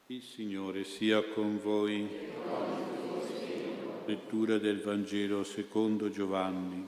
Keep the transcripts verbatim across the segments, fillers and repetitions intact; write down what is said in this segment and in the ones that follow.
Il Signore sia con voi. Lettura del Vangelo secondo Giovanni.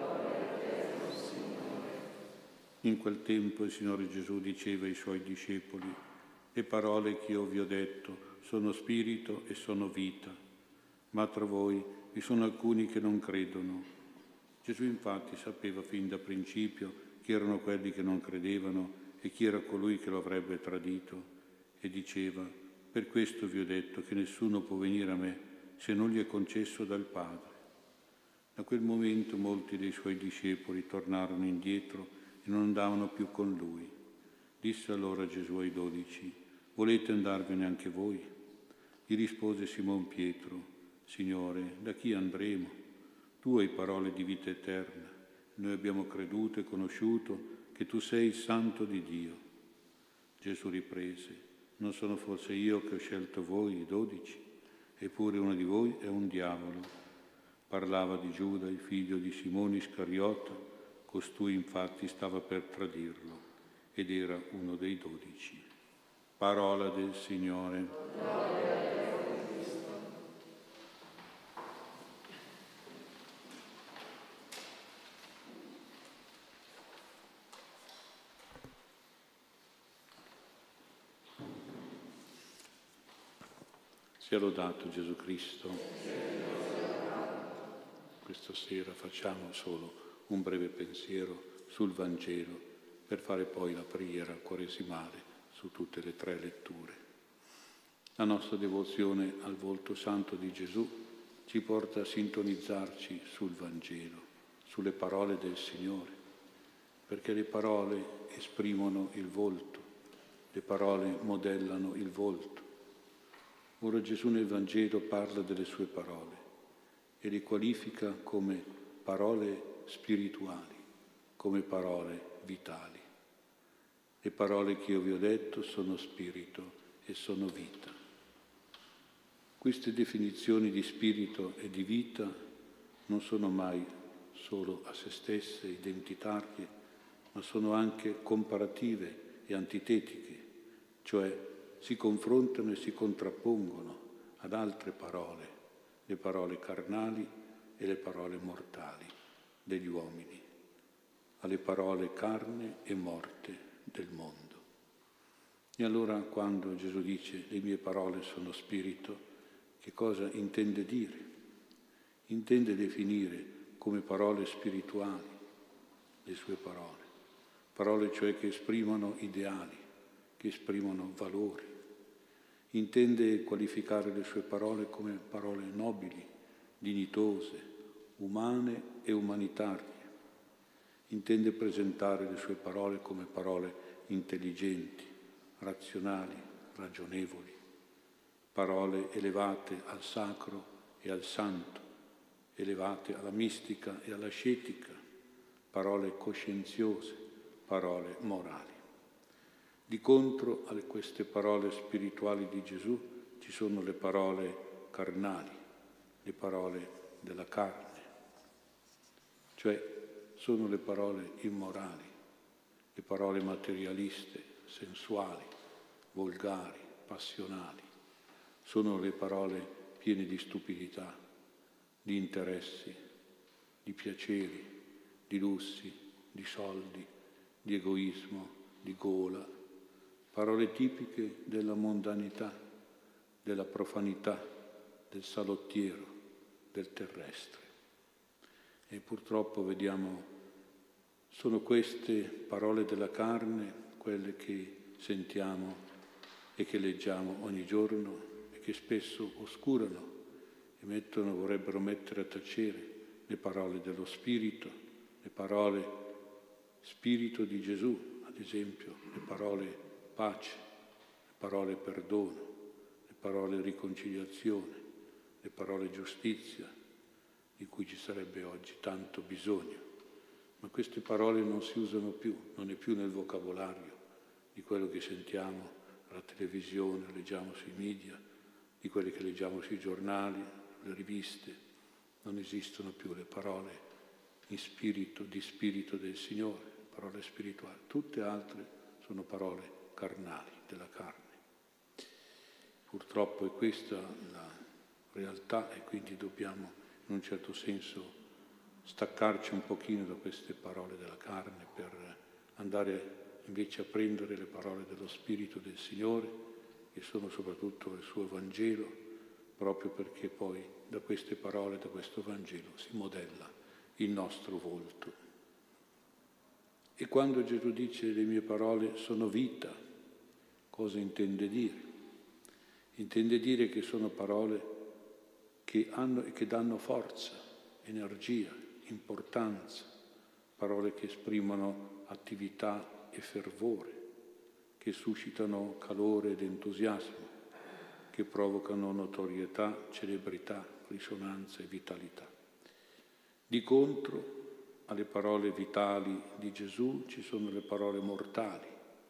In quel tempo il Signore Gesù diceva ai Suoi discepoli: le parole che io vi ho detto sono spirito e sono vita, ma tra voi vi sono alcuni che non credono. Gesù infatti sapeva fin da principio chi erano quelli che non credevano e chi era colui che lo avrebbe tradito, e diceva: per questo vi ho detto che nessuno può venire a me se non gli è concesso dal Padre. Da quel momento molti dei Suoi discepoli tornarono indietro e non andavano più con Lui. Disse allora Gesù ai dodici: volete andarvene anche voi? Gli rispose Simon Pietro: Signore, da chi andremo? Tu hai parole di vita eterna. Noi abbiamo creduto e conosciuto che Tu sei il Santo di Dio. Gesù riprese: non sono forse io che ho scelto voi, i dodici? Eppure uno di voi è un diavolo. Parlava di Giuda, il figlio di Simone Iscariota. Costui infatti stava per tradirlo ed era uno dei dodici. Parola del Signore. Sia lodato Gesù Cristo. Questa sera facciamo solo un breve pensiero sul Vangelo per fare poi la preghiera quaresimale su tutte le tre letture. La nostra devozione al volto santo di Gesù ci porta a sintonizzarci sul Vangelo, sulle parole del Signore, perché le parole esprimono il volto, le parole modellano il volto. Ora Gesù nel Vangelo parla delle sue parole e le qualifica come parole spirituali, come parole vitali. Le parole che io vi ho detto sono spirito e sono vita. Queste definizioni di spirito e di vita non sono mai solo a se stesse, identitarie, ma sono anche comparative e antitetiche, cioè si confrontano e si contrappongono ad altre parole, le parole carnali e le parole mortali degli uomini, alle parole carne e morte del mondo. E allora quando Gesù dice le mie parole sono spirito, che cosa intende dire? Intende definire come parole spirituali le sue parole, parole cioè che esprimono ideali, che esprimono valori. Intende qualificare le sue parole come parole nobili, dignitose, umane e umanitarie. Intende presentare le sue parole come parole intelligenti, razionali, ragionevoli, parole elevate al sacro e al santo, elevate alla mistica e all'ascetica, parole coscienziose, parole morali. Di contro a queste parole spirituali di Gesù ci sono le parole carnali, le parole della carne, cioè sono le parole immorali, le parole materialiste, sensuali, volgari, passionali, sono le parole piene di stupidità, di interessi, di piaceri, di lussi, di soldi, di egoismo, di gola, parole tipiche della mondanità, della profanità, del salottiero, del terrestre. E purtroppo vediamo, sono queste parole della carne quelle che sentiamo e che leggiamo ogni giorno e che spesso oscurano e mettono, vorrebbero mettere a tacere le parole dello Spirito, le parole Spirito di Gesù, ad esempio, le parole pace, le parole perdono, le parole riconciliazione, le parole giustizia, di cui ci sarebbe oggi tanto bisogno. Ma queste parole non si usano più, non è più nel vocabolario di quello che sentiamo alla televisione, leggiamo sui media, di quelle che leggiamo sui giornali, le riviste. Non esistono più le parole in spirito, di spirito del Signore, parole spirituali. Tutte altre sono parole carnali, della carne. Purtroppo è questa la realtà e quindi dobbiamo in un certo senso staccarci un pochino da queste parole della carne per andare invece a prendere le parole dello Spirito del Signore, che sono soprattutto il suo Vangelo, proprio perché poi da queste parole, da questo Vangelo si modella il nostro volto. E quando Gesù dice le mie parole sono vita, cosa intende dire? Intende dire che sono parole che hanno e che danno forza, energia, importanza, parole che esprimono attività e fervore, che suscitano calore ed entusiasmo, che provocano notorietà, celebrità, risonanza e vitalità. Di contro, alle parole vitali di Gesù ci sono le parole mortali,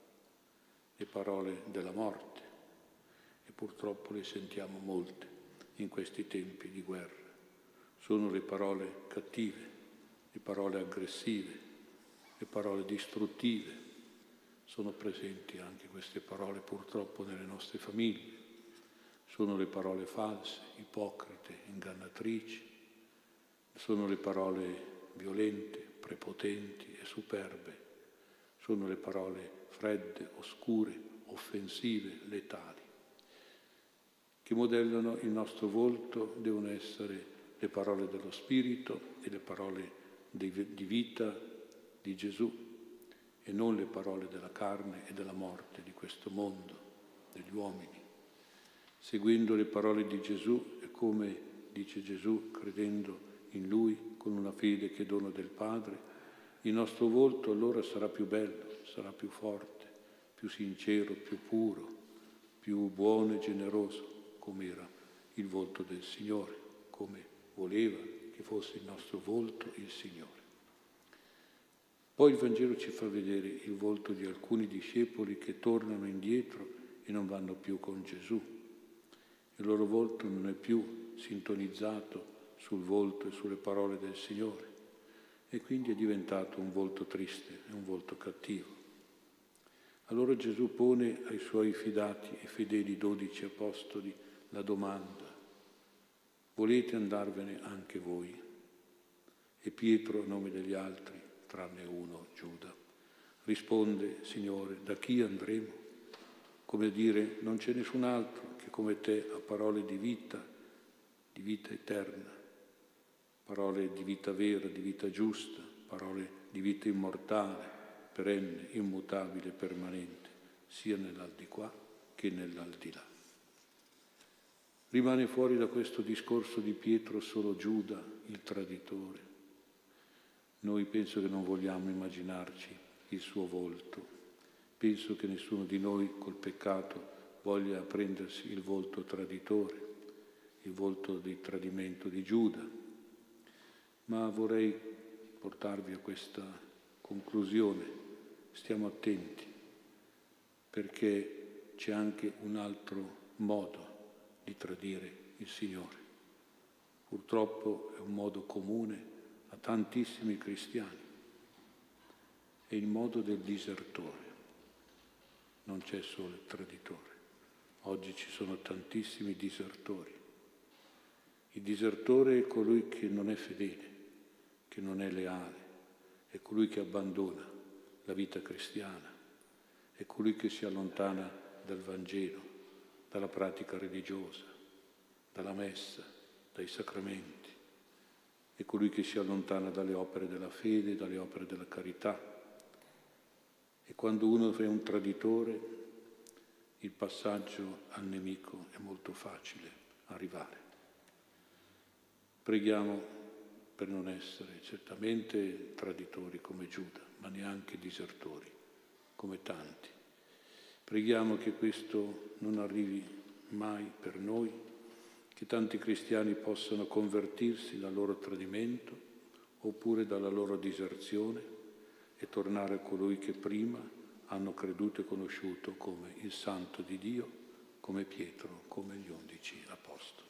le parole della morte, e purtroppo le sentiamo molte in questi tempi di guerra. Sono le parole cattive, le parole aggressive, le parole distruttive. Sono presenti anche queste parole purtroppo nelle nostre famiglie. Sono le parole false, ipocrite, ingannatrici. Sono le parole violente, prepotenti e superbe. Sono le parole fredde, oscure, offensive, letali. Che modellano il nostro volto devono essere le parole dello Spirito e le parole di vita di Gesù e non le parole della carne e della morte di questo mondo, degli uomini. Seguendo le parole di Gesù e come dice Gesù, credendo in Lui, con una fede che è dono del Padre, il nostro volto allora sarà più bello, sarà più forte, più sincero, più puro, più buono e generoso, come era il volto del Signore, come voleva che fosse il nostro volto il Signore. Poi il Vangelo ci fa vedere il volto di alcuni discepoli che tornano indietro e non vanno più con Gesù. Il loro volto non è più sintonizzato sul volto e sulle parole del Signore e quindi è diventato un volto triste e un volto cattivo. Allora Gesù pone ai suoi fidati e fedeli dodici apostoli la domanda: volete andarvene anche voi? E Pietro, a nome degli altri, tranne uno, Giuda, risponde: Signore, da chi andremo? Come dire, non c'è nessun altro che come te ha parole di vita, di vita eterna, parole di vita vera, di vita giusta, parole di vita immortale, perenne, immutabile, permanente, sia nell'aldilà che nell'aldilà. Rimane fuori da questo discorso di Pietro solo Giuda, il traditore. Noi penso che non vogliamo immaginarci il suo volto. Penso che nessuno di noi col peccato voglia prendersi il volto traditore, il volto di tradimento di Giuda. Ma vorrei portarvi a questa conclusione. Stiamo attenti, perché c'è anche un altro modo di tradire il Signore. Purtroppo è un modo comune a tantissimi cristiani. È il modo del disertore. Non c'è solo il traditore. Oggi ci sono tantissimi disertori. Il disertore è colui che non è fedele, che non è leale, è colui che abbandona la vita cristiana, è colui che si allontana dal Vangelo, dalla pratica religiosa, dalla messa, dai sacramenti, è colui che si allontana dalle opere della fede, dalle opere della carità. E quando uno è un traditore, il passaggio al nemico è molto facile arrivare. Preghiamo per non essere certamente traditori come Giuda, ma neanche disertori come tanti. Preghiamo che questo non arrivi mai per noi, che tanti cristiani possano convertirsi dal loro tradimento oppure dalla loro diserzione e tornare a colui che prima hanno creduto e conosciuto come il Santo di Dio, come Pietro, come gli undici apostoli.